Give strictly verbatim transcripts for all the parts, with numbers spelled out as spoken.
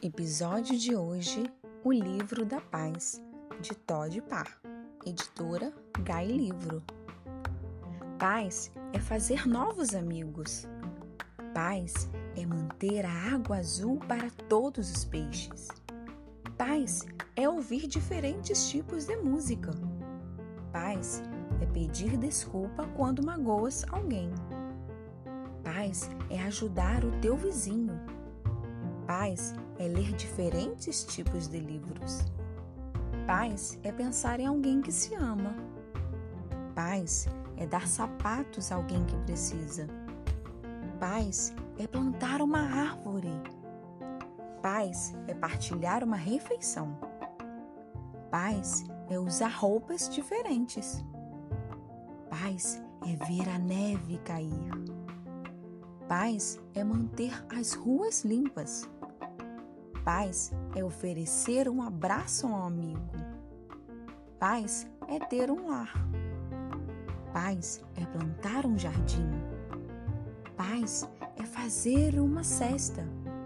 Episódio de hoje, O Livro da Paz, de Todd Parr, editora Gai Livro. Paz é fazer novos amigos. Paz é manter a água azul para todos os peixes. Paz é ouvir diferentes tipos de música. Paz é pedir desculpa quando magoas alguém. Paz é ajudar o teu vizinho. Paz é ler diferentes tipos de livros. Paz é pensar em alguém que se ama. Paz é dar sapatos a alguém que precisa. Paz é plantar uma árvore. Paz é partilhar uma refeição. Paz é usar roupas diferentes. Paz é ver a neve cair. Paz é manter as ruas limpas. Paz é oferecer um abraço a um amigo. Paz é ter um lar. Paz é plantar um jardim. Paz é fazer uma cesta.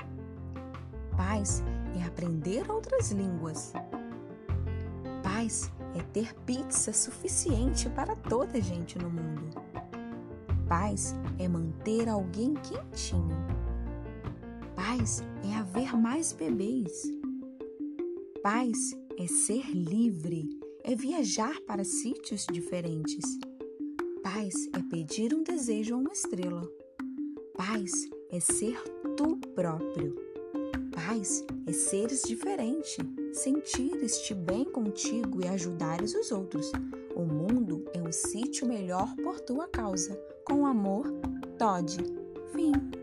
Paz é aprender outras línguas. Paz é ter pizza suficiente para toda a gente no mundo. Paz é manter alguém quentinho. Paz é haver mais bebês. Paz é ser livre, é viajar para sítios diferentes. Paz é pedir um desejo a uma estrela. Paz é ser tu próprio. Paz é seres diferente, sentires-te bem contigo e ajudares os outros. O mundo é um sítio melhor por tua causa. Com amor, Todd. Fim.